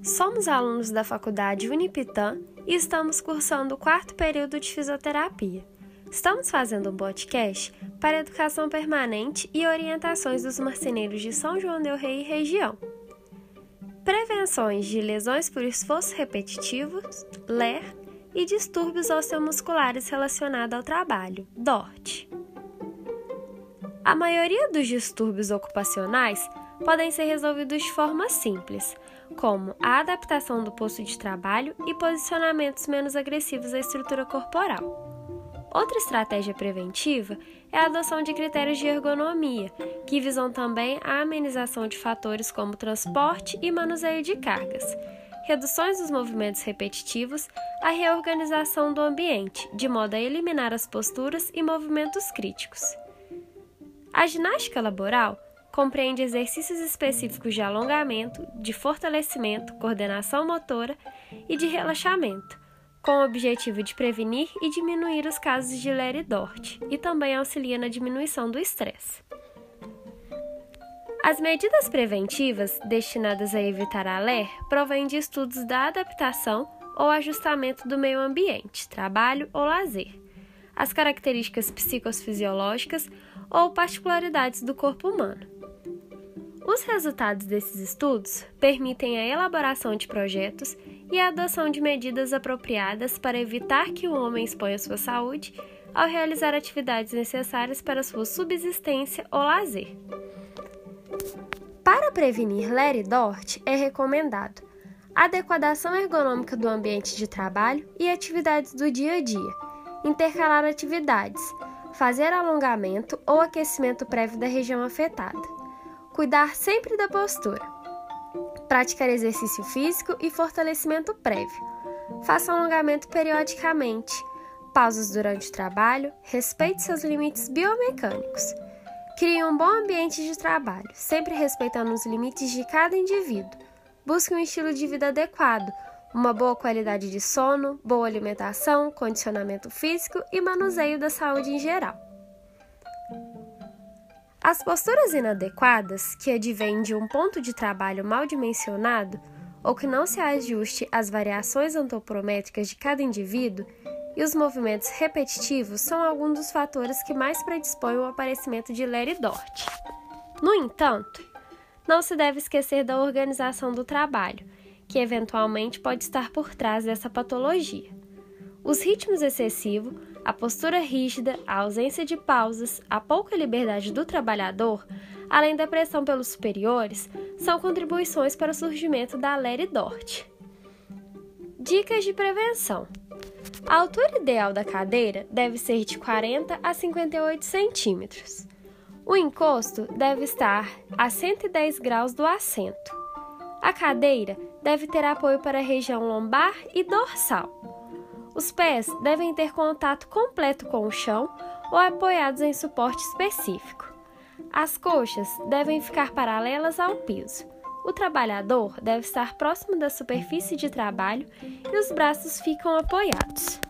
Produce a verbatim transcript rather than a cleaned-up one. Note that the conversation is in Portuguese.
Somos alunos da Faculdade Unipitã e estamos cursando o quarto período de fisioterapia. Estamos fazendo um podcast para educação permanente e orientações dos marceneiros de São João del Rei e região. Prevenções de lesões por esforço repetitivo, L E R, e distúrbios osteomusculares relacionados ao trabalho, D O R T. A maioria dos distúrbios ocupacionais podem ser resolvidos de forma simples, como a adaptação do posto de trabalho e posicionamentos menos agressivos à estrutura corporal. Outra estratégia preventiva é a adoção de critérios de ergonomia, que visam também a amenização de fatores como transporte e manuseio de cargas, reduções dos movimentos repetitivos, a reorganização do ambiente, de modo a eliminar as posturas e movimentos críticos. A ginástica laboral compreende exercícios específicos de alongamento, de fortalecimento, coordenação motora e de relaxamento, com o objetivo de prevenir e diminuir os casos de L E R e D O R T, e também auxilia na diminuição do estresse. As medidas preventivas destinadas a evitar a L E R provêm de estudos da adaptação ou ajustamento do meio ambiente, trabalho ou lazer, as características psicofisiológicas ou particularidades do corpo humano. Os resultados desses estudos permitem a elaboração de projetos e a adoção de medidas apropriadas para evitar que o homem exponha sua saúde ao realizar atividades necessárias para sua subsistência ou lazer. Para prevenir L E R e D O R T, é recomendado a adequação ergonômica do ambiente de trabalho e atividades do dia a dia, intercalar atividades, fazer alongamento ou aquecimento prévio da região afetada, cuidar sempre da postura, praticar exercício físico e fortalecimento prévio, faça alongamento periodicamente, pausas durante o trabalho, respeite seus limites biomecânicos, crie um bom ambiente de trabalho, sempre respeitando os limites de cada indivíduo, busque um estilo de vida adequado, uma boa qualidade de sono, boa alimentação, condicionamento físico e manuseio da saúde em geral. As posturas inadequadas, que advêm de um ponto de trabalho mal dimensionado ou que não se ajuste às variações antropométricas de cada indivíduo, e os movimentos repetitivos são alguns dos fatores que mais predispõem ao aparecimento de L E R e D O R T. No entanto, não se deve esquecer da organização do trabalho, que eventualmente pode estar por trás dessa patologia. Os ritmos excessivos, a postura rígida, a ausência de pausas, a pouca liberdade do trabalhador, além da pressão pelos superiores, são contribuições para o surgimento da L E R e D O R T. Dicas de prevenção. A altura ideal da cadeira deve ser de quarenta a cinquenta e oito centímetros. O encosto deve estar a cento e dez graus do assento. A cadeira deve ter apoio para a região lombar e dorsal. Os pés devem ter contato completo com o chão ou apoiados em suporte específico. As coxas devem ficar paralelas ao piso. O trabalhador deve estar próximo da superfície de trabalho e os braços ficam apoiados.